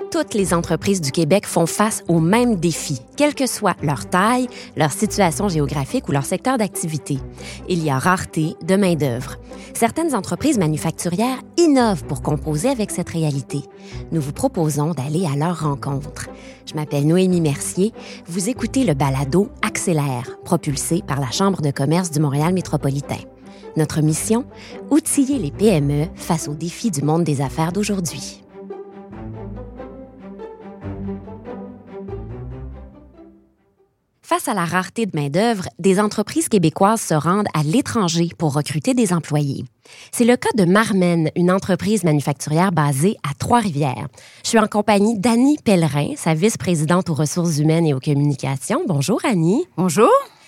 Toutes les entreprises du Québec font face aux mêmes défis, quelle que soit leur taille, leur situation géographique ou leur secteur d'activité. Il y a rareté de main-d'œuvre. Certaines entreprises manufacturières innovent pour composer avec cette réalité. Nous vous proposons d'aller à leur rencontre. Je m'appelle Noémie Mercier. Vous écoutez le balado Accélère, propulsé par la Chambre de commerce du Montréal métropolitain. Notre mission, outiller les PME face aux défis du monde des affaires d'aujourd'hui. Face à la rareté de main-d'œuvre, des entreprises québécoises se rendent à l'étranger pour recruter des employés. C'est le cas de Marmen, une entreprise manufacturière basée à Trois-Rivières. Je suis en compagnie d'Annie Pellerin, sa vice-présidente aux ressources humaines et aux communications. Bonjour, Annie. Bonjour.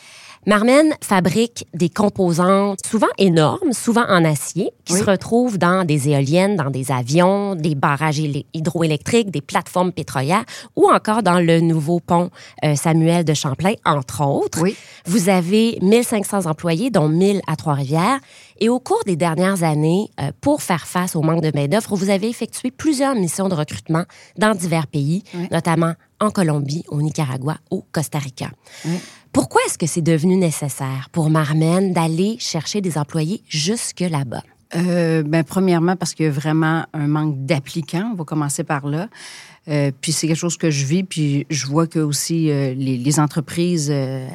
Marmen fabrique des composants souvent énormes, souvent en acier, qui se retrouvent dans des éoliennes, dans des avions, des barrages hydroélectriques, des plateformes pétrolières ou encore dans le nouveau pont Samuel de Champlain, entre autres. Oui. Vous avez 1500 employés, dont 1000 à Trois-Rivières. Et au cours des dernières années, pour faire face au manque de main-d'œuvre, vous avez effectué plusieurs missions de recrutement dans divers pays, notamment en Colombie, au Nicaragua, au Costa Rica. Oui. Pourquoi est-ce que c'est devenu nécessaire pour Marmen d'aller chercher des employés jusque là-bas? Premièrement, parce qu'il y a vraiment un manque d'applicants. On va commencer par là. Puis c'est quelque chose que je vis, puis je vois que aussi les entreprises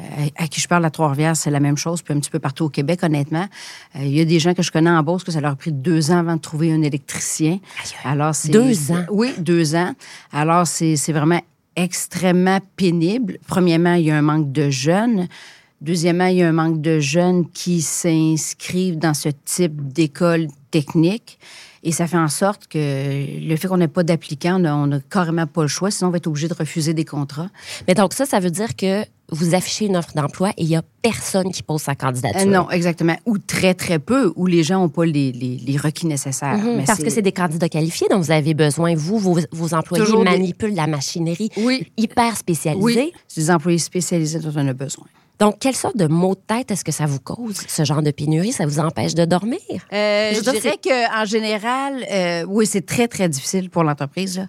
à qui je parle à Trois-Rivières, c'est la même chose, puis un petit peu partout au Québec, honnêtement. Il y a des gens que je connais en Beauce que ça leur a pris 2 ans avant de trouver un électricien. Alors, 2 ans? Oui, 2 ans. Alors, c'est vraiment extrêmement pénible. Premièrement, il y a un manque de jeunes. Deuxièmement, il y a un manque de jeunes qui s'inscrivent dans ce type d'école technique. Et ça fait en sorte que le fait qu'on n'ait pas d'applicants, on n'a carrément pas le choix, sinon on va être obligé de refuser des contrats. Mais donc ça veut dire que vous affichez une offre d'emploi et il n'y a personne qui pose sa candidature. Non, exactement. Ou très, très peu, où les gens n'ont pas les requis nécessaires. Mais parce que c'est des candidats qualifiés dont vous avez besoin. Vos employés manipulent la machinerie hyper spécialisée. Oui, c'est des employés spécialisés dont on a besoin. Donc, quelle sorte de maux de tête est-ce que ça vous cause, ce genre de pénurie? Ça vous empêche de dormir? Je dirais qu'en général, oui, c'est très, très difficile pour l'entreprise.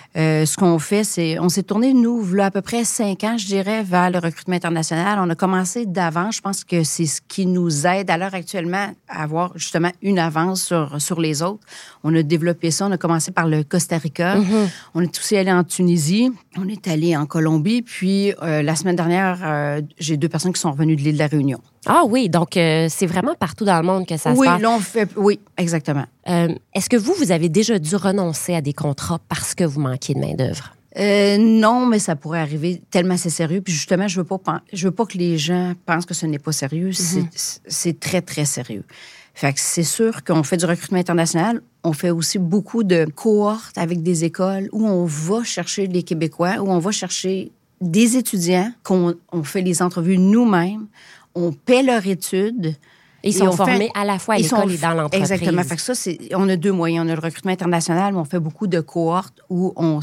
Ce qu'on fait, c'est... On s'est tourné, nous, là, à peu près 5 ans, je dirais, vers le recrutement international. On a commencé d'avant. Je pense que c'est ce qui nous aide à l'heure actuellement à avoir, justement, une avance sur les autres. On a développé ça. On a commencé par le Costa Rica. Mm-hmm. On est aussi allé en Tunisie. On est allé en Colombie. Puis, la semaine dernière, j'ai 2 personnes qui sont revenues de l'île de la Réunion. Ah oui, donc c'est vraiment partout dans le monde que ça se passe. Oui, exactement. Est-ce que vous avez déjà dû renoncer à des contrats parce que vous manquiez de main-d'œuvre? Non, mais ça pourrait arriver tellement c'est sérieux. Puis justement, je veux pas que les gens pensent que ce n'est pas sérieux. C'est très, très sérieux. Fait que c'est sûr qu'on fait du recrutement international. On fait aussi beaucoup de cohortes avec des écoles où on va chercher les Québécois, où on va chercher des étudiants, qu'on fait les entrevues nous-mêmes, on paie leurs études. Ils sont formés à la fois à l'école et dans l'entreprise. Exactement. Fait que ça, on a 2 moyens. On a le recrutement international, mais on fait beaucoup de cohortes où on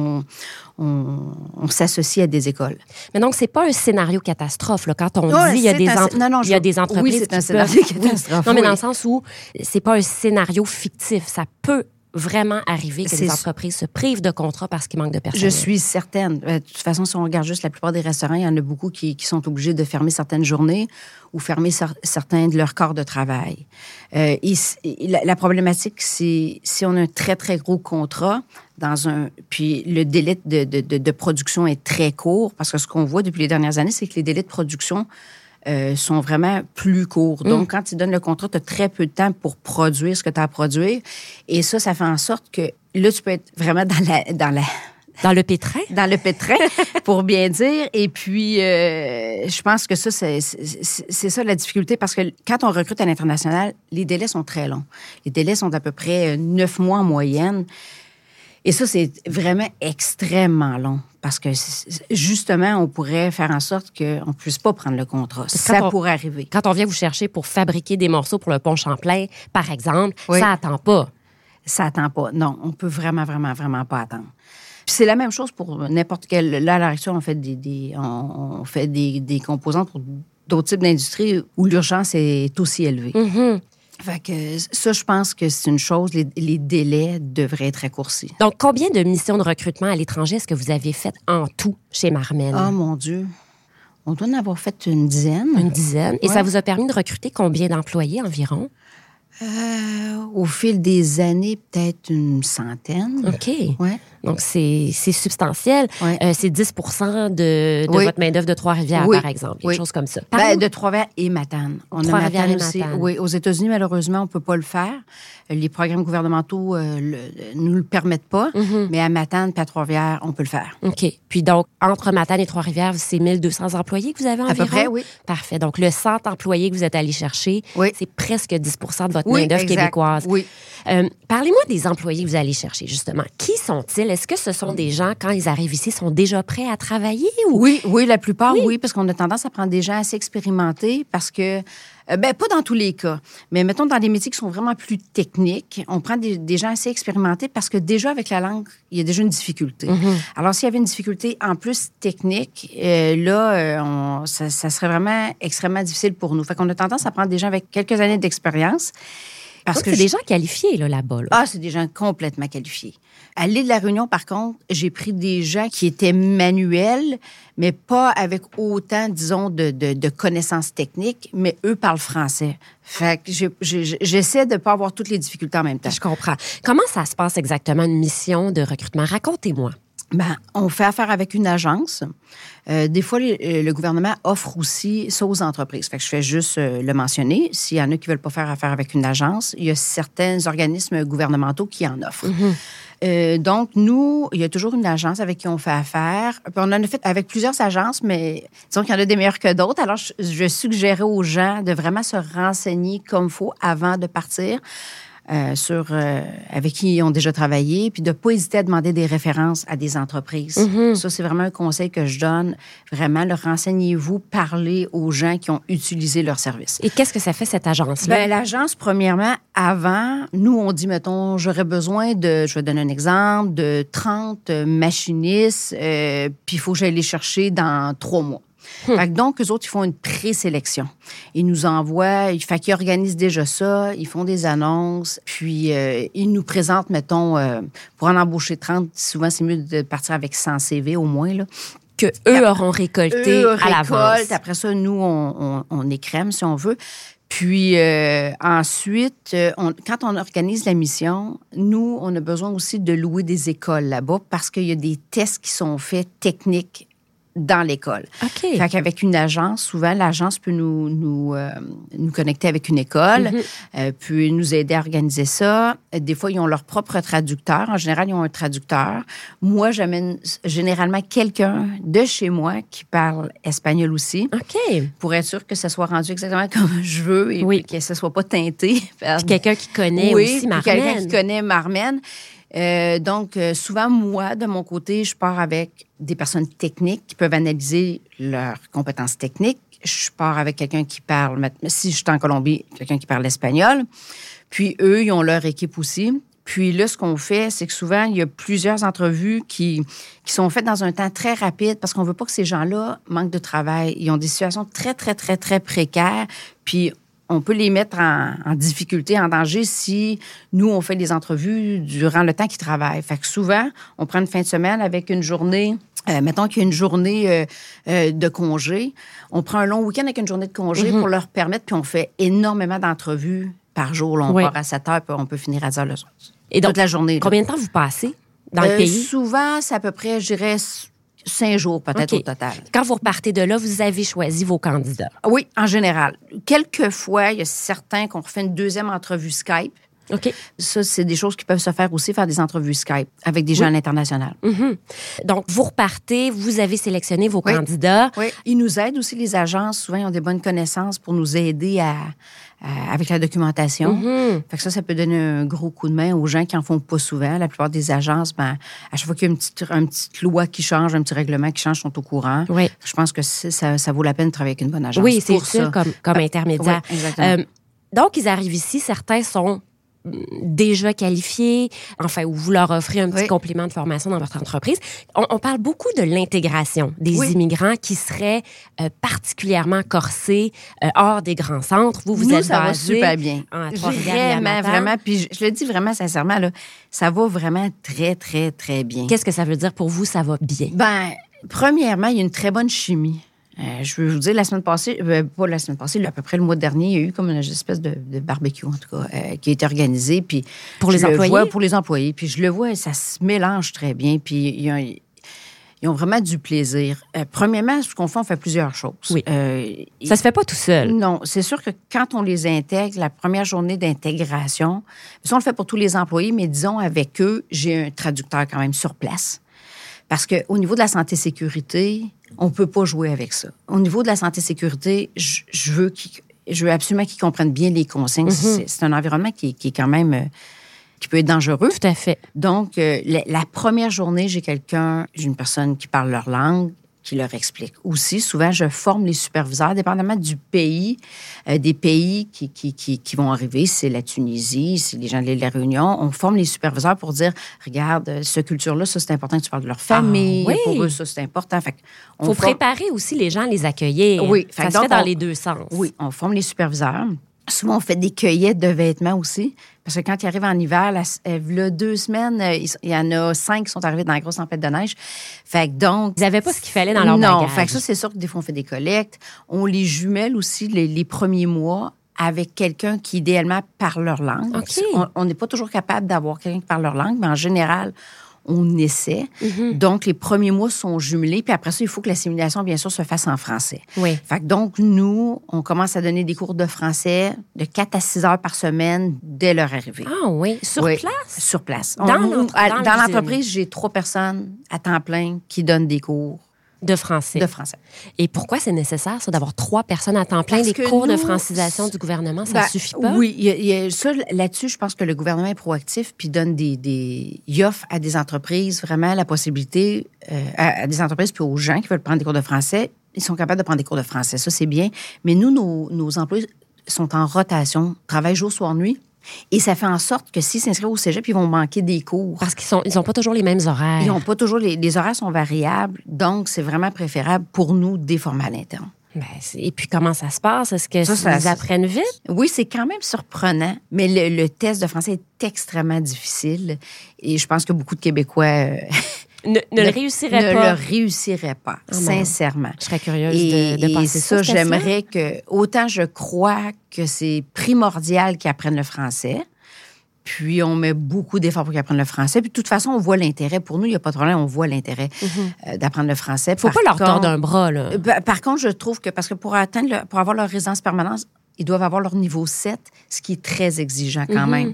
s'associe à des écoles. Mais donc, c'est pas un scénario catastrophe, là. Quand on dit il y a des entreprises... Oui, c'est un scénario catastrophe. Non, mais dans le sens où c'est pas un scénario fictif. Ça peut vraiment arriver que les entreprises se privent de contrats parce qu'il manque de personnel. Je suis certaine. De toute façon, si on regarde juste la plupart des restaurants, il y en a beaucoup qui sont obligés de fermer certaines journées ou fermer certains de leurs corps de travail. La problématique, c'est si on a un très, très gros contrat, puis le délai de production est très court, parce que ce qu'on voit depuis les dernières années, c'est que les délais de production sont vraiment plus courts. Donc, quand tu donnes le contrat, tu as très peu de temps pour produire ce que tu as à produire. Et ça fait en sorte que là, tu peux être vraiment dans le pétrin? Dans le pétrin, pour bien dire. Et puis, je pense que ça, c'est ça la difficulté, parce que quand on recrute à l'international, les délais sont très longs. Les délais sont d'à peu près 9 mois en moyenne. Et ça, c'est vraiment extrêmement long. Parce que, justement, on pourrait faire en sorte qu'on ne puisse pas prendre le contrat. Ça pourrait arriver. Quand on vient vous chercher pour fabriquer des morceaux pour le pont Champlain, par exemple, ça n'attend pas. Ça n'attend pas. Non, on peut vraiment, vraiment, vraiment pas attendre. Puis c'est la même chose pour n'importe quel... Là, à l'heure actuelle, on fait des composants pour d'autres types d'industries où l'urgence est aussi élevée. Mm-hmm. Fait que ça, je pense que c'est une chose, les délais devraient être raccourcis. Donc, combien de missions de recrutement à l'étranger est-ce que vous avez faites en tout chez Marmen? Ah, mon Dieu! On doit en avoir fait une dizaine. Une dizaine. Et Ouais. ça vous a permis de recruter combien d'employés environ? Au fil des années, peut-être une centaine. OK. Ouais. Donc, c'est substantiel. Ouais. C'est 10 de Oui. votre main-d'œuvre de Trois-Rivières, Oui. par exemple. Quelque Oui. chose comme ça. De Trois-Rivières et Matane. On a Trois-Rivières Matane et aussi. Matane. Oui, aux États-Unis, malheureusement, on ne peut pas le faire. Les programmes gouvernementaux ne nous le permettent pas. Mais à Matane et à Trois-Rivières, on peut le faire. OK. Puis donc, entre Matane et Trois-Rivières, c'est 1200 employés que vous avez environ? À peu près, oui. Parfait. Donc, le 100 employés que vous êtes allé chercher, Oui. c'est presque 10 de votre Oui, main-d'œuvre exact. québécoise. Oui. Parlez-moi des employés que vous allez chercher, justement. Qui sont-ils? Est-ce que ce sont des gens, quand ils arrivent ici, sont déjà prêts à travailler? Ou... Oui, la plupart, oui, parce qu'on a tendance à prendre des gens assez expérimentés parce que, pas dans tous les cas, mais mettons dans des métiers qui sont vraiment plus techniques, on prend des gens assez expérimentés parce que déjà, avec la langue, il y a déjà une difficulté. Alors, s'il y avait une difficulté en plus technique, ça serait vraiment extrêmement difficile pour nous. Fait qu'on a tendance à prendre des gens avec quelques années d'expérience. Parce que c'est des gens qualifiés, là-bas. Là. Ah, c'est des gens complètement qualifiés. À l'île de la Réunion, par contre, j'ai pris des gens qui étaient manuels, mais pas avec autant, disons, de connaissances techniques, mais eux parlent français. Fait que j'essaie de ne pas avoir toutes les difficultés en même temps. Je comprends. Comment ça se passe exactement, une mission de recrutement? Racontez-moi. On fait affaire avec une agence. Des fois, le gouvernement offre aussi ça aux entreprises. Fait que je fais juste le mentionner. S'il y en a qui ne veulent pas faire affaire avec une agence, il y a certains organismes gouvernementaux qui en offrent. Donc, nous, il y a toujours une agence avec qui on fait affaire. Puis on en a fait avec plusieurs agences, mais disons qu'il y en a des meilleures que d'autres. Alors, je suggérais aux gens de vraiment se renseigner comme il faut avant de partir. Avec qui ils ont déjà travaillé, puis de ne pas hésiter à demander des références à des entreprises. Ça, c'est vraiment un conseil que je donne. Vraiment, renseignez-vous, parlez aux gens qui ont utilisé leur service. Et qu'est-ce que ça fait, cette agence-là? L'agence, premièrement, avant, nous, on dit, mettons, j'aurais besoin je vais donner un exemple, de 30 machinistes, puis il faut que j'aille les chercher dans 3 mois. Fait que donc, eux autres, ils font une présélection. Ils nous envoient, qu'ils organisent déjà ça, ils font des annonces, puis ils nous présentent, mettons, pour en embaucher 30, souvent, c'est mieux de partir avec 100 CV au moins, là. Que eux auront récolté à l'avance. Après ça, nous, on écrème, si on veut. Puis ensuite, quand on organise la mission, nous, on a besoin aussi de louer des écoles là-bas parce qu'il y a des tests qui sont faits techniques dans l'école. OK. Fait qu'avec une agence, souvent, l'agence peut nous connecter avec une école, puis nous aider à organiser ça. Des fois, ils ont leur propre traducteur. En général, ils ont un traducteur. Moi, j'amène généralement quelqu'un de chez moi qui parle espagnol aussi. OK. Pour être sûr que ça soit rendu exactement comme je veux et que ça soit pas teinté. Puis quelqu'un qui connaît aussi Marmen. Quelqu'un qui connaît Marmen. Donc, souvent, moi, de mon côté, je pars avec des personnes techniques qui peuvent analyser leurs compétences techniques. Je pars avec quelqu'un qui parle, si je suis en Colombie, quelqu'un qui parle espagnol. Puis, eux, ils ont leur équipe aussi. Puis là, ce qu'on fait, c'est que souvent, il y a plusieurs entrevues qui sont faites dans un temps très rapide parce qu'on veut pas que ces gens-là manquent de travail. Ils ont des situations très, très, très, très précaires. Puis, on peut les mettre en difficulté, en danger si nous, on fait des entrevues durant le temps qu'ils travaillent. Fait que souvent, on prend une fin de semaine avec une journée, mettons qu'il y a une journée de congé. On prend un long week-end avec une journée de congé pour leur permettre, puis on fait énormément d'entrevues par jour. Là, on part à 7 heures, puis on peut finir à 10 heures le soir. Et donc, toute la journée. Combien de temps vous passez dans le pays? Souvent, c'est à peu près, je dirais, 5 jours peut-être au total. Quand vous repartez de là, vous avez choisi vos candidats? Oui, en général. Quelquefois, il y a certains qu'on refait une deuxième entrevue Skype. OK. Ça, c'est des choses qui peuvent se faire aussi, faire des entrevues Skype avec des gens à l'international. Donc, vous repartez, vous avez sélectionné vos candidats. Oui. Ils nous aident aussi, les agences. Souvent, ils ont des bonnes connaissances pour nous aider avec la documentation. Fait que ça peut donner un gros coup de main aux gens qui en font pas souvent. La plupart des agences, à chaque fois qu'il y a une petite loi qui change, un petit règlement qui change, sont au courant. Oui. Je pense que ça vaut la peine de travailler avec une bonne agence. Oui, c'est utile comme intermédiaire. Oui, exactement. Donc, ils arrivent ici, certains sont déjà qualifiés, enfin, où vous leur offrez un petit complément de formation dans votre entreprise. On parle beaucoup de l'intégration des immigrants qui seraient particulièrement corsés hors des grands centres. Vous êtes ça basé va super bien. Vraiment. Puis je le dis vraiment sincèrement, là, ça va vraiment très, très, très bien. Qu'est-ce que ça veut dire pour vous, ça va bien? Bien, premièrement, il y a une très bonne chimie. Je veux vous dire, la semaine passée, pas la semaine passée, à peu près le mois dernier, il y a eu comme une espèce de barbecue, en tout cas, qui a été organisé. Puis pour les employés? Pour les employés. Puis je le vois, ça se mélange très bien. Puis ils ont vraiment du plaisir. Premièrement, ce qu'on fait, on fait plusieurs choses. Oui. Ça se fait pas tout seul. Non. C'est sûr que quand on les intègre, la première journée d'intégration, ça, on le fait pour tous les employés, mais disons, avec eux, j'ai un traducteur quand même sur place. Parce qu'au niveau de la santé-sécurité, on ne peut pas jouer avec ça. Au niveau de la santé-sécurité, je veux absolument qu'ils comprennent bien les consignes. C'est un environnement qui est quand même... qui peut être dangereux. Tout à fait. Donc, la première journée, j'ai une personne qui parle leur langue, qui leur explique. Aussi, souvent, je forme les superviseurs, dépendamment du pays, des pays qui vont arriver. C'est la Tunisie, c'est les gens de l'île de la Réunion. On forme les superviseurs pour dire, regarde, cette culture-là, ça, c'est important que tu parles de leur famille. Oui. Pour eux, ça, c'est important. Il faut préparer aussi les gens à les accueillir. Oui. Ça se fait dans les deux sens. Oui, on forme les superviseurs. Souvent, on fait des cueillettes de vêtements aussi. Parce que quand ils arrivent en hiver, là, 2 semaines, il y en a 5 qui sont arrivés dans la grosse tempête de neige. Fait que donc... Ils n'avaient pas ce qu'il fallait dans leur bagage. Non, fait que ça, c'est sûr que des fois, on fait des collectes. On les jumelle aussi les premiers mois avec quelqu'un qui, idéalement, parle leur langue. Okay. On n'est pas toujours capable d'avoir quelqu'un qui parle leur langue, mais en général... on essaie. Donc, les premiers mois sont jumelés. Puis après ça, il faut que l'assimilation, bien sûr, se fasse en français. Oui. Fait que donc, nous, on commence à donner des cours de français de 4 à 6 heures par semaine dès leur arrivée. Ah oui? Sur place? Sur place. Dans l'entreprise, j'ai 3 personnes à temps plein qui donnent des cours. De français. Et pourquoi c'est nécessaire, ça, d'avoir 3 personnes à temps plein? Les cours de francisation du gouvernement, ça ne suffit pas? Oui, ça, là-dessus, je pense que le gouvernement est proactif puis donne il offre à des entreprises vraiment la possibilité, à des entreprises puis aux gens qui veulent prendre des cours de français, ils sont capables de prendre des cours de français. Ça, c'est bien. Mais nous, nos employés sont en rotation, travaillent jour, soir, nuit. Et ça fait en sorte que s'ils s'inscrivent au cégep, ils vont manquer des cours. Parce qu'ils n'ont pas toujours les mêmes horaires. Ils n'ont pas toujours... Les horaires sont variables. Donc, c'est vraiment préférable pour nous de les former à l'interne. Et puis, comment ça se passe? Est-ce que ils apprennent vite? Oui, c'est quand même surprenant. Mais le test de français est extrêmement difficile. Et je pense que beaucoup de Québécois... Ne le réussiraient pas, sincèrement. Je serais curieuse de passer ça. J'aimerais que... Autant je crois que c'est primordial qu'ils apprennent le français, puis on met beaucoup d'efforts pour qu'ils apprennent le français. Puis de toute façon, on voit l'intérêt. Pour nous, il n'y a pas de problème, on voit l'intérêt d'apprendre le français. Il ne faut pas leur tordre un bras, là. Par contre, je trouve que... Parce que pour avoir leur résidence permanente, ils doivent avoir leur niveau 7, ce qui est très exigeant quand même.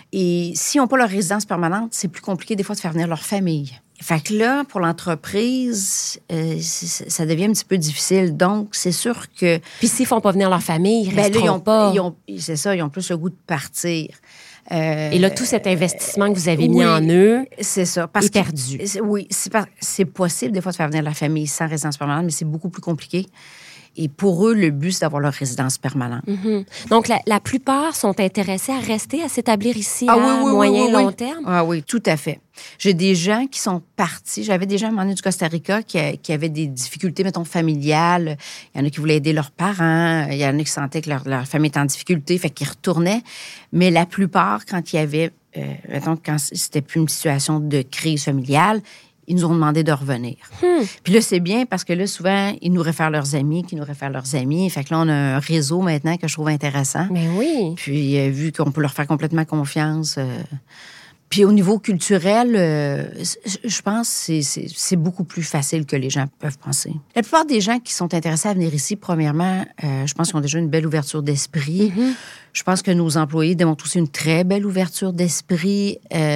Et s'ils n'ont pas leur résidence permanente, c'est plus compliqué des fois de faire venir leur famille. Fait que là, pour l'entreprise, ça devient un petit peu difficile. Donc, c'est sûr que... Puis s'ils ne font pas venir leur famille, ils resteront pas. C'est ça, ils ont plus le goût de partir. Et là, tout cet investissement que vous avez mis en eux c'est ça, est perdu. Oui, c'est possible des fois de faire venir la famille sans résidence permanente, mais c'est beaucoup plus compliqué. Et pour eux, le but, c'est d'avoir leur résidence permanente. Donc, la plupart sont intéressés à rester, à s'établir ici à moyen, long terme? Ah oui, tout à fait. J'ai des gens qui sont partis. J'avais des gens à un moment donné du Costa Rica qui avaient des difficultés, mettons, familiales. Il y en a qui voulaient aider leurs parents. Il y en a qui sentaient que leur famille était en difficulté, fait qu'ils retournaient. Mais la plupart, quand il y avait, mettons, quand c'était plus une situation de crise familiale, ils nous ont demandé de revenir. Puis là, c'est bien parce que là, souvent, ils nous réfèrent leurs amis, qui nous réfèrent leurs amis. Fait que là, on a un réseau maintenant que je trouve intéressant. Mais oui. Puis, vu qu'on peut leur faire complètement confiance. Puis, au niveau culturel, je pense que c'est beaucoup plus facile que les gens peuvent penser. La plupart des gens qui sont intéressés à venir ici, premièrement, je pense qu'ils ont déjà une belle ouverture d'esprit. Je pense que nos employés démontrent aussi une très belle ouverture d'esprit.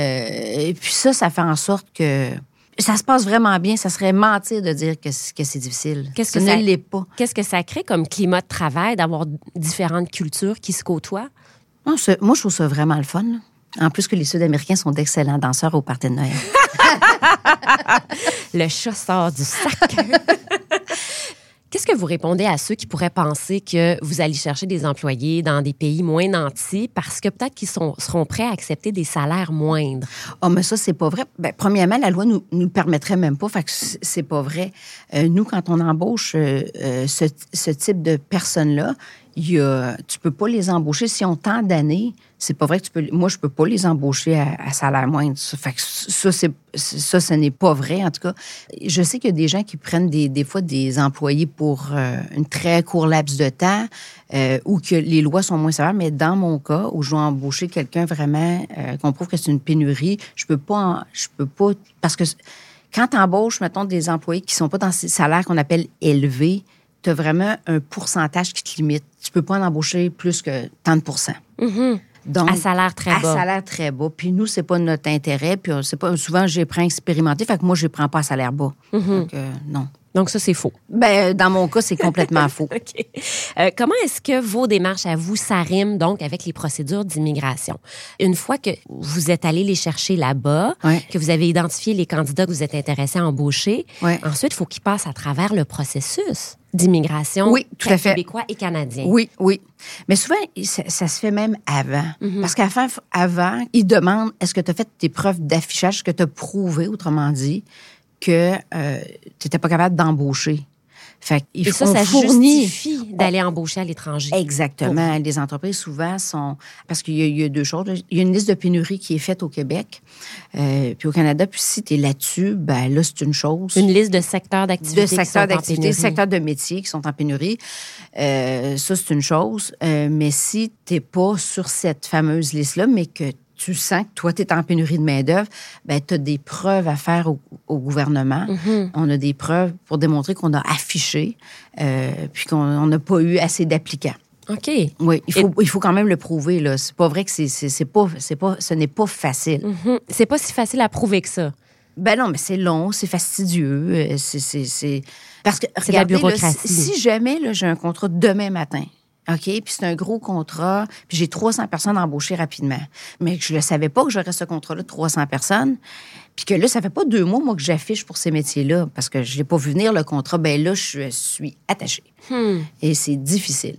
Et puis ça fait en sorte que... Ça se passe vraiment bien. Ça serait mentir de dire que c'est difficile. Ça ne l'est pas. Qu'est-ce que ça crée comme climat de travail d'avoir différentes cultures qui se côtoient? Moi, je trouve ça vraiment le fun. Là. En plus que les Sud-Américains sont d'excellents danseurs au party de Noël. Le chat sort du sac. Qu'est-ce que vous répondez à ceux qui pourraient penser que vous allez chercher des employés dans des pays moins nantis parce que peut-être qu'ils seront prêts à accepter des salaires moindres? Oh, mais ça, c'est pas vrai. Bien, premièrement, la loi nous le permettrait même pas. Fait que c'est pas vrai. Nous, quand on embauche ce type de personnes-là, tu peux pas les embaucher si on tant d'années. C'est pas vrai que moi, je peux pas les embaucher à salaire moindre. Fait que ça, ce n'est pas vrai, en tout cas. Je sais qu'il y a des gens qui prennent des fois des employés pour une très court laps de temps ou que les lois sont moins sévères, mais dans mon cas, où je dois embaucher quelqu'un vraiment qu'on prouve que c'est une pénurie, je peux pas, parce que quand tu embauches, mettons, des employés qui sont pas dans ces salaires qu'on appelle élevés, tu as vraiment un pourcentage qui te limite. Tu peux pas en embaucher plus que tant de %. Mm-hmm. Donc, à salaire très bas. À salaire très bas. Puis nous, c'est pas notre intérêt. Puis c'est pas, souvent, je les prends expérimentés. Fait que moi, je les prends pas à salaire bas. Mm-hmm. Donc, non. Donc, ça, c'est faux. Ben, dans mon cas, c'est complètement faux. OK. Comment est-ce que vos démarches à vous, ça rime donc avec les procédures d'immigration? Une fois que vous êtes allé les chercher là-bas, que vous avez identifié les candidats que vous êtes intéressés à embaucher, ensuite, il faut qu'ils passent à travers le processus d'immigration tout à fait. Québécois et canadien. Oui. Mais souvent, ça se fait même avant. Mm-hmm. Parce qu'avant, ils demandent, est-ce que tu as fait tes preuves d'affichage, est-ce que tu as prouvé, autrement dit, que tu n'étais pas capable d'embaucher. Fait et ça justifie d'aller embaucher à l'étranger. Exactement. Les entreprises, souvent, sont... Parce qu'il y a deux choses. Il y a une liste de pénurie qui est faite au Québec, puis au Canada. Puis si tu es là-dessus, ben là, c'est une chose. Une liste de secteurs d'activité secteurs de métiers qui sont en pénurie. Ça, c'est une chose. Mais si tu n'es pas sur cette fameuse liste-là, mais que tu sens que toi, tu es en pénurie de main-d'œuvre, ben, tu as des preuves à faire au gouvernement. Mm-hmm. On a des preuves pour démontrer qu'on a affiché, puis qu'on n'a pas eu assez d'applicants. OK. Oui, il faut quand même le prouver, là. C'est pas vrai que ce n'est pas facile. Mm-hmm. C'est pas si facile à prouver que ça. Ben non, mais c'est long, c'est fastidieux. Parce que, c'est regardez, la bureaucratie. Là, si jamais là, j'ai un contrat demain matin, OK? Puis c'est un gros contrat. Puis j'ai 300 personnes embauchées rapidement. Mais je ne savais pas que j'aurais ce contrat-là de 300 personnes. Puis que là, ça fait pas 2 mois, moi, que j'affiche pour ces métiers-là. Parce que je n'ai pas vu venir le contrat. Bien là, je suis attachée. Et c'est difficile.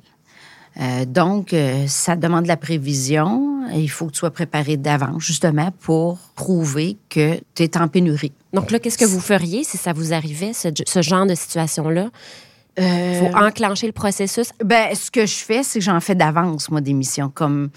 Donc, ça demande de la prévision. Il faut que tu sois préparé d'avance, justement, pour prouver que tu es en pénurie. Donc là, qu'est-ce que vous feriez si ça vous arrivait, ce genre de situation-là? Il faut enclencher le processus. Ben, ce que je fais, c'est que j'en fais d'avance, moi, des missions. Comme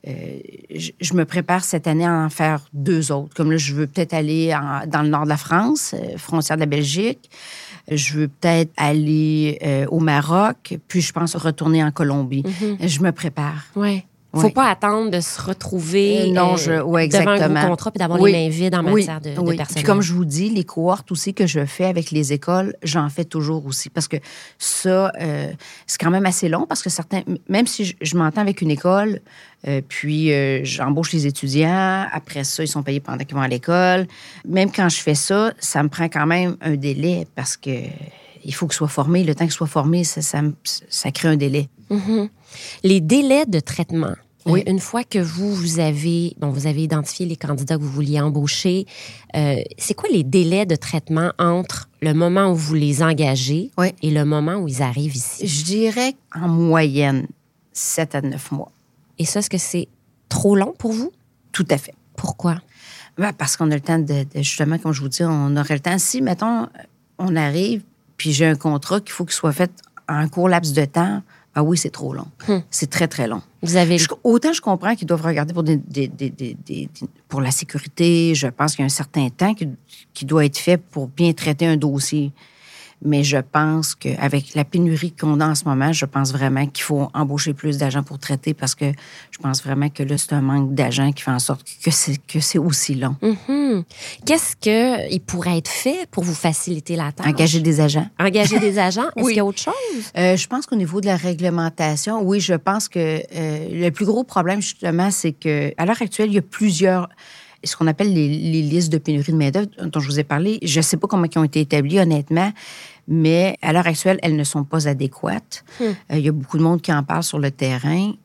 je me prépare cette année à en faire 2 autres. Comme là, je veux peut-être aller dans le nord de la France, frontière de la Belgique. Je veux peut-être aller au Maroc, puis je pense retourner en Colombie. Mm-hmm. Je me prépare. Oui. Il ne faut pas attendre de se retrouver devant un gros contrat puis d'avoir les mains vides en matière de personnel. Puis comme je vous dis, les cohortes aussi que je fais avec les écoles, j'en fais toujours aussi. Parce que ça, c'est quand même assez long parce que certains... Même si je m'entends avec une école, puis j'embauche les étudiants, après ça, ils sont payés pendant qu'ils vont à l'école. Même quand je fais ça, ça me prend quand même un délai parce que... Il faut qu'ils soient formés. Le temps qu'ils soient formés, ça crée un délai. Mm-hmm. Les délais de traitement. Oui. Une fois que vous avez identifié les candidats que vous vouliez embaucher, c'est quoi les délais de traitement entre le moment où vous les engagez et le moment où ils arrivent ici? Je dirais en moyenne 7 à 9 mois. Et ça, est-ce que c'est trop long pour vous? Tout à fait. Pourquoi? Ben, parce qu'on a le temps de justement, comme je vous dis, on aurait le temps. Si, mettons, on arrive, puis j'ai un contrat qu'il faut qu'il soit fait en un court laps de temps, ah oui, c'est trop long. C'est très, très long. Autant je comprends qu'ils doivent regarder pour la sécurité. Je pense qu'il y a un certain temps qui doit être fait pour bien traiter un dossier. Mais je pense qu'avec la pénurie qu'on a en ce moment, je pense vraiment qu'il faut embaucher plus d'agents pour traiter parce que je pense vraiment que là, c'est un manque d'agents qui fait en sorte que c'est aussi long. Mm-hmm. Qu'est-ce qu'il pourrait être fait pour vous faciliter la tâche? Engager des agents. Engager des agents? Est-ce qu'il y a autre chose? Je pense qu'au niveau de la réglementation, oui, je pense que le plus gros problème, justement, c'est qu'à l'heure actuelle, il y a plusieurs... ce qu'on appelle les listes de pénurie de main-d'œuvre dont je vous ai parlé. Je ne sais pas comment ils ont été établies, honnêtement, mais à l'heure actuelle, elles ne sont pas adéquates. Il y a beaucoup de monde qui en parle sur le terrain.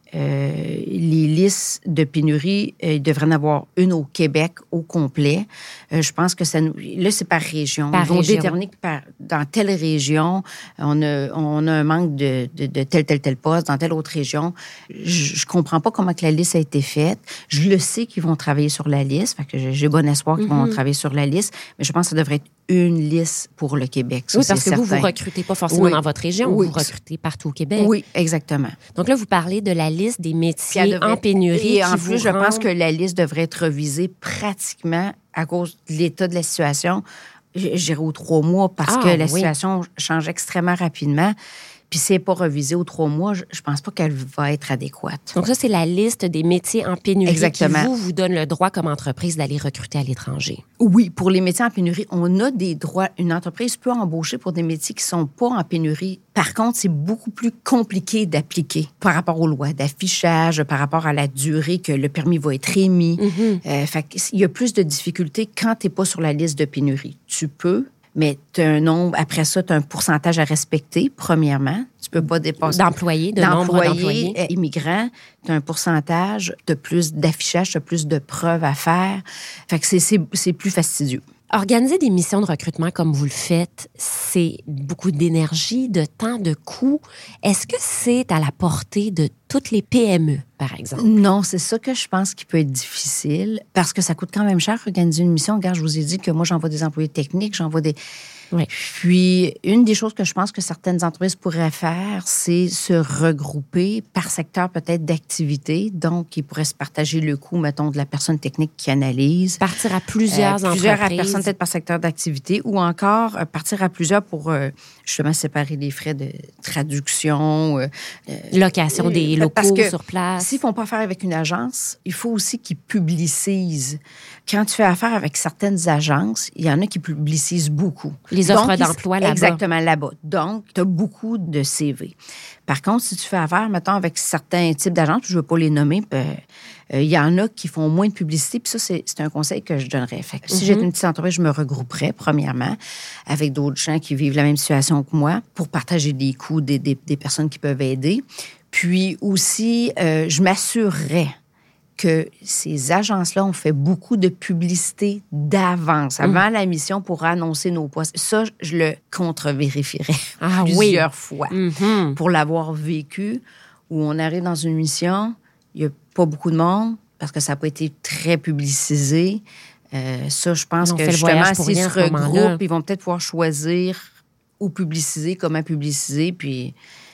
les listes de pénurie, il devrait en avoir une au Québec au complet. Je pense que là, c'est par région. Ils vont déterminer que dans telle région, on a un manque de tel poste, dans telle autre région. Je comprends pas comment que la liste a été faite. Je le sais qu'ils vont travailler sur la liste, fait que j'ai bon espoir qu'ils vont travailler sur la liste, mais je pense que ça devrait être une liste pour le Québec. Ça, oui, parce que vous recrutez pas forcément dans votre région, vous recrutez partout au Québec. Oui, exactement. Donc là, vous parlez de la liste des métiers en pénurie. Et en plus, je pense que la liste devrait être revisée pratiquement à cause de l'état de la situation. J'irai aux 3 mois parce que la situation change extrêmement rapidement. Puis si elle n'est pas revisée aux 3 mois, je ne pense pas qu'elle va être adéquate. Donc ça, c'est la liste des métiers en pénurie. Exactement. Qui vous donne le droit comme entreprise d'aller recruter à l'étranger. Oui, pour les métiers en pénurie, on a des droits. Une entreprise peut embaucher pour des métiers qui ne sont pas en pénurie. Par contre, c'est beaucoup plus compliqué d'appliquer par rapport aux lois d'affichage, par rapport à la durée que le permis va être émis. Fait qu'il y a plus de difficultés quand tu n'es pas sur la liste de pénurie. Tu peux, mais tu as un nombre, après ça, tu as un pourcentage à respecter, premièrement. Tu peux pas dépasser. Nombre d'employés. Immigrants, tu as un pourcentage, tu as plus d'affichage, tu as plus de preuves à faire. Fait que c'est plus fastidieux. Organiser des missions de recrutement comme vous le faites, c'est beaucoup d'énergie, de temps, de coûts. Est-ce que c'est à la portée de toutes les PME, par exemple? Non, c'est ça que je pense qui peut être difficile parce que ça coûte quand même cher organiser une mission. Regarde, je vous ai dit que moi, j'envoie des employés techniques, j'envoie des... Oui. Puis, une des choses que je pense que certaines entreprises pourraient faire, c'est se regrouper par secteur peut-être d'activité. Donc, ils pourraient se partager le coût, mettons, de la personne technique qui analyse. Partir à plusieurs entreprises. Plusieurs personnes peut-être par secteur d'activité ou encore partir à plusieurs pour justement séparer les frais de traduction. Location des locaux sur place. S'ils ne font pas affaire avec une agence, il faut aussi qu'ils publicisent. Quand tu fais affaire avec certaines agences, il y en a qui publicisent beaucoup. Les offres d'emploi là-bas. Exactement, là-bas. Donc, tu as beaucoup de CV. Par contre, si tu fais affaire, mettons, avec certains types d'agences, je ne veux pas les nommer, il y en a qui font moins de publicité, puis ça, c'est un conseil que je donnerais. Fait que si j'étais une petite entreprise, je me regrouperais, premièrement, avec d'autres gens qui vivent la même situation que moi pour partager des coûts des personnes qui peuvent aider. Puis aussi, je m'assurerais que ces agences-là ont fait beaucoup de publicité d'avance, avant la mission, pour annoncer nos postes. Ça, je le contre-vérifierais plusieurs fois pour l'avoir vécu, où on arrive dans une mission, il n'y a pas beaucoup de monde parce que ça n'a pas été très publicisé. Ça, je pense que justement, s'ils se regroupent, ils vont peut-être pouvoir choisir où publiciser, comment publiciser, puis...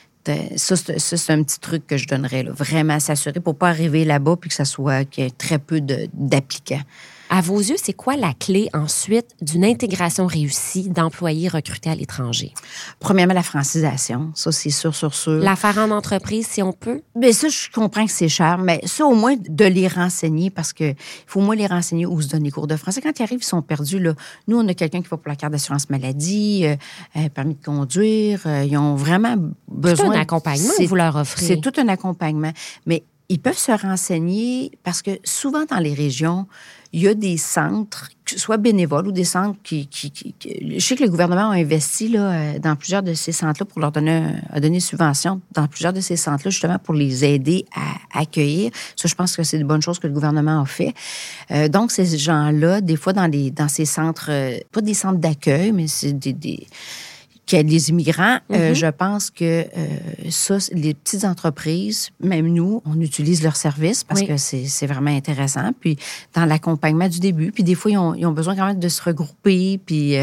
Ça, c'est un petit truc que je donnerais, là, vraiment s'assurer pour ne pas arriver là-bas puis qu'il y ait très peu d'applicants. À vos yeux, c'est quoi la clé ensuite d'une intégration réussie d'employés recrutés à l'étranger? Premièrement, la francisation. Ça, c'est sûr. La faire en entreprise, si on peut? Bien, ça, je comprends que c'est cher, mais ça, au moins, de les renseigner, parce qu'il faut au moins les renseigner où se donnent les cours de français. Quand ils arrivent, ils sont perdus, là. Nous, on a quelqu'un qui va pour la carte d'assurance maladie, permis de conduire. Ils ont vraiment besoin... C'est un accompagnement que vous leur offrez. C'est tout un accompagnement. Mais ils peuvent se renseigner parce que souvent, dans les régions, il y a des centres, soit bénévoles ou des centres qui... Je sais que le gouvernement a investi là, dans plusieurs de ces centres-là pour leur donner des subventions dans plusieurs de ces centres-là, justement pour les aider à accueillir. Ça, je pense que c'est une bonne chose que le gouvernement a fait. Donc, ces gens-là, des fois, dans ces centres, pas des centres d'accueil, mais c'est qu'il y a des immigrants, je pense que ça, les petites entreprises, même nous, on utilise leurs services parce que c'est vraiment intéressant. Puis dans l'accompagnement du début, puis des fois, ils ont besoin quand même de se regrouper, puis...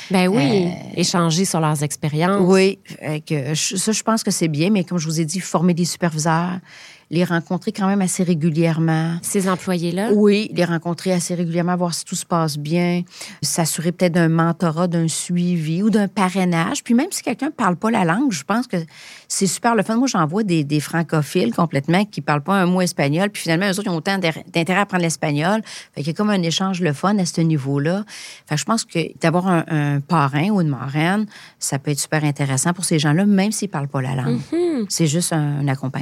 échanger sur leurs expériences. Oui, ça, je pense que c'est bien, mais comme je vous ai dit, former des superviseurs, les rencontrer quand même assez régulièrement. Ces employés-là? Oui, les rencontrer assez régulièrement, voir si tout se passe bien, s'assurer peut-être d'un mentorat, d'un suivi ou d'un parrainage. Puis même si quelqu'un ne parle pas la langue, je pense que c'est super le fun. Moi, j'en vois des francophiles complètement qui ne parlent pas un mot espagnol, puis finalement, eux autres, ils ont autant d'intérêt à apprendre l'espagnol. Fait qu'il y a comme un échange le fun à ce niveau-là. Fait que je pense que d'avoir un parrain ou une marraine, ça peut être super intéressant pour ces gens-là, même s'ils ne parlent pas la langue. C'est juste un accompagnement.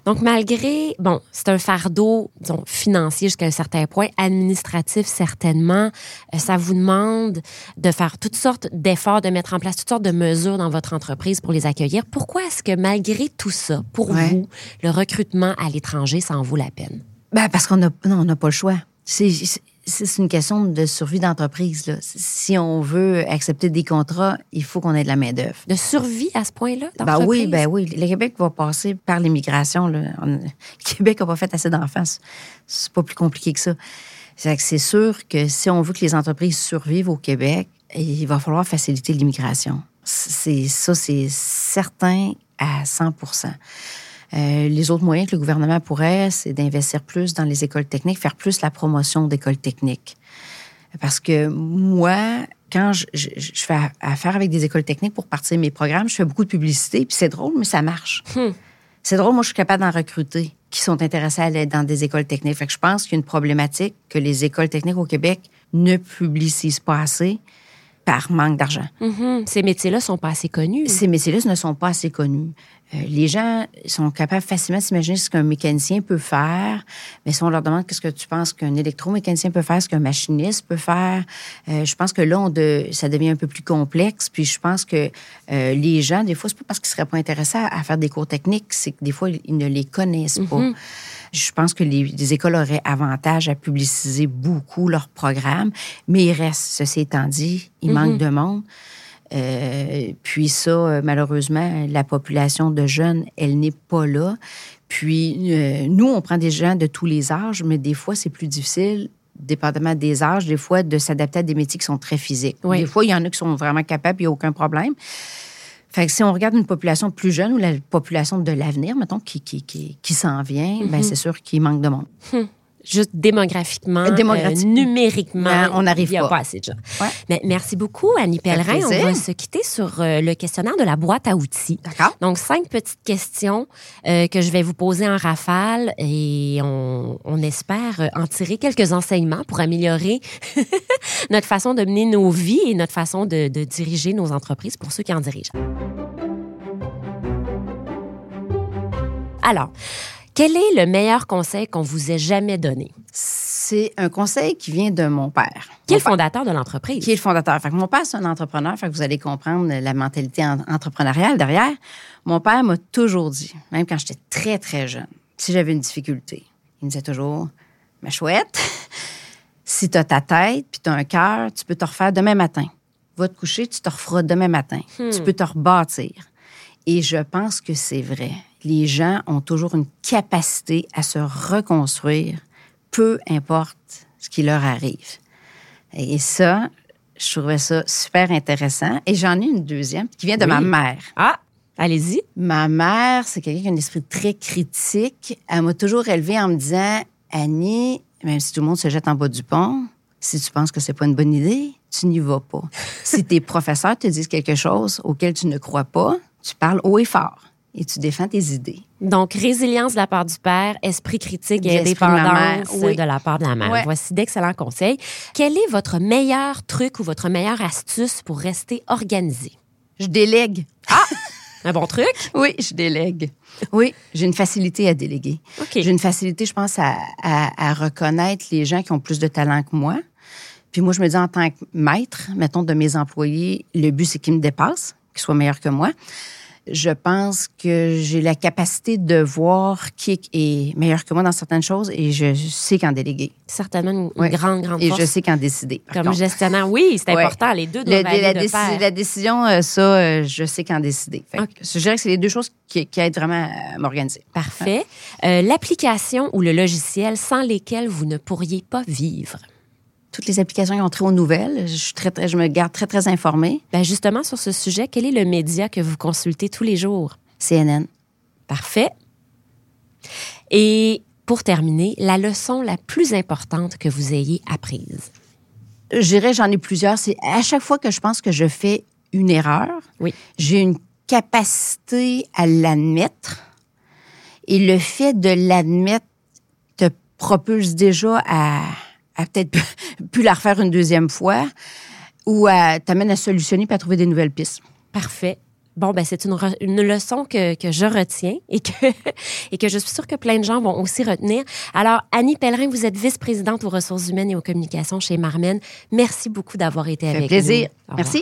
Donc, malgré, c'est un fardeau, disons, financier jusqu'à un certain point, administratif certainement, ça vous demande de faire toutes sortes d'efforts, de mettre en place toutes sortes de mesures dans votre entreprise pour les accueillir. Pourquoi est-ce que malgré tout ça, pour vous, le recrutement à l'étranger, ça en vaut la peine? Parce qu'on n'a pas le choix. C'est une question de survie d'entreprise, là. Si on veut accepter des contrats, il faut qu'on ait de la main-d'œuvre. De survie à ce point-là d'entreprise? Oui. Le Québec va passer par l'immigration, là. Le Québec n'a pas fait assez d'enfants. C'est pas plus compliqué que ça. C'est sûr que si on veut que les entreprises survivent au Québec, il va falloir faciliter l'immigration. C'est certain à 100%. Les autres moyens que le gouvernement pourrait, c'est d'investir plus dans les écoles techniques, faire plus la promotion d'écoles techniques. Parce que moi, quand je fais affaire avec des écoles techniques pour partir mes programmes, je fais beaucoup de publicité, puis c'est drôle, mais ça marche. C'est drôle, moi, je suis capable d'en recruter qui sont intéressés à aller dans des écoles techniques. Fait que je pense qu'il y a une problématique que les écoles techniques au Québec ne publicisent pas assez par manque d'argent. Ces métiers-là ne sont pas assez connus. Ces métiers-là ne sont pas assez connus. Les gens sont capables facilement de s'imaginer ce qu'un mécanicien peut faire, mais si on leur demande qu'est-ce que tu penses qu'un électromécanicien peut faire, ce qu'un machiniste peut faire, je pense que là, ça devient un peu plus complexe. Puis je pense que les gens, des fois, c'est pas parce qu'ils seraient pas intéressés à faire des cours techniques, c'est que des fois, ils ne les connaissent pas. Je pense que les écoles auraient avantage à publiciser beaucoup leurs programmes, mais il reste, ceci étant dit, il manque de monde. Puis ça, malheureusement, la population de jeunes, elle n'est pas là. Puis nous, on prend des gens de tous les âges, mais des fois, c'est plus difficile, dépendamment des âges, des fois, de s'adapter à des métiers qui sont très physiques. Oui. Des fois, il y en a qui sont vraiment capables, il n'y a aucun problème. Fait que si on regarde une population plus jeune ou la population de l'avenir, mettons, qui s'en vient, bien, c'est sûr qu'il manque de monde. Juste démographiquement, numériquement, on n'arrive pas. Il n'y a pas assez de gens. Ouais. Mais merci beaucoup, Annie Pellerin. On va se quitter sur le questionnaire de la boîte à outils. D'accord. Donc, 5 petites questions que je vais vous poser en rafale et on espère en tirer quelques enseignements pour améliorer notre façon de mener nos vies et notre façon de diriger nos entreprises pour ceux qui en dirigent. Alors, quel est le meilleur conseil qu'on vous ait jamais donné? C'est un conseil qui vient de mon père. Qui est le fondateur de l'entreprise? Qui est le fondateur. Fait que mon père, c'est un entrepreneur. Fait que vous allez comprendre la mentalité entrepreneuriale derrière. Mon père m'a toujours dit, même quand j'étais très, très jeune, si j'avais une difficulté, il me disait toujours, « Ma chouette, si tu as ta tête puis tu as un cœur, tu peux te refaire demain matin. Va te coucher, tu te referas demain matin. Tu peux te rebâtir. » Et je pense que c'est vrai. Les gens ont toujours une capacité à se reconstruire, peu importe ce qui leur arrive. Et ça, je trouvais ça super intéressant. Et j'en ai une deuxième qui vient de ma mère. Ah, allez-y. Ma mère, c'est quelqu'un qui a un esprit très critique. Elle m'a toujours élevée en me disant, Annie, même si tout le monde se jette en bas du pont, si tu penses que c'est pas une bonne idée, tu n'y vas pas. Si tes professeurs te disent quelque chose auquel tu ne crois pas, tu parles haut et fort. Et tu défends tes idées. Donc, résilience de la part du père, esprit critique et indépendance de la part de la mère. Ouais. Voici d'excellents conseils. Quel est votre meilleur truc ou votre meilleure astuce pour rester organisé? Je délègue. Ah! Un bon truc? Oui, je délègue. Oui, j'ai une facilité à déléguer. Okay. J'ai une facilité, je pense, à reconnaître les gens qui ont plus de talent que moi. Puis moi, je me dis, en tant que maître, mettons, de mes employés, le but, c'est qu'ils me dépassent, qu'ils soient meilleurs que moi. Je pense que j'ai la capacité de voir qui est meilleur que moi dans certaines choses et je sais qu'en déléguer. Certainement une grande force. Et je sais qu'en décider. Comme gestionnaire, oui, c'est important. Les deux doivent aller de pair. La décision, ça, je sais qu'en décider. Fait que je dirais que c'est les deux choses qui aident vraiment à m'organiser. Parfait. L'application ou le logiciel sans lesquels vous ne pourriez pas vivre? Toutes les applications qui ont trait aux nouvelles. Je me garde très, très informée. Bien, justement, sur ce sujet, quel est le média que vous consultez tous les jours? CNN. Parfait. Et pour terminer, la leçon la plus importante que vous ayez apprise? Je dirais, j'en ai plusieurs. C'est à chaque fois que je pense que je fais une erreur, j'ai une capacité à l'admettre. Et le fait de l'admettre te propulse déjà à peut-être plus la refaire une deuxième fois ou t'amène à solutionner puis à trouver des nouvelles pistes. Parfait. Bon, ben c'est une leçon que je retiens et que je suis sûre que plein de gens vont aussi retenir. Alors, Annie Pellerin, vous êtes vice-présidente aux ressources humaines et aux communications chez Marmen. Merci beaucoup d'avoir été avec nous. Ça fait plaisir. Merci.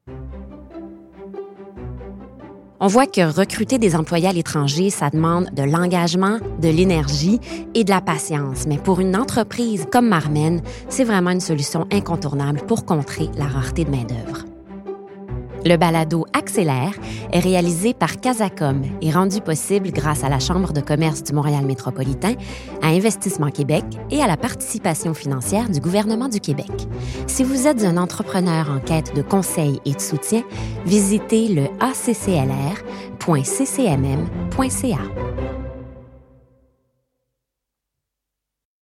On voit que recruter des employés à l'étranger, ça demande de l'engagement, de l'énergie et de la patience. Mais pour une entreprise comme Marmen, c'est vraiment une solution incontournable pour contrer la rareté de main-d'œuvre. Le balado Accélère est réalisé par Casacom et rendu possible grâce à la Chambre de commerce du Montréal métropolitain, à Investissement Québec et à la participation financière du gouvernement du Québec. Si vous êtes un entrepreneur en quête de conseils et de soutien, visitez le acclr.ccmm.ca.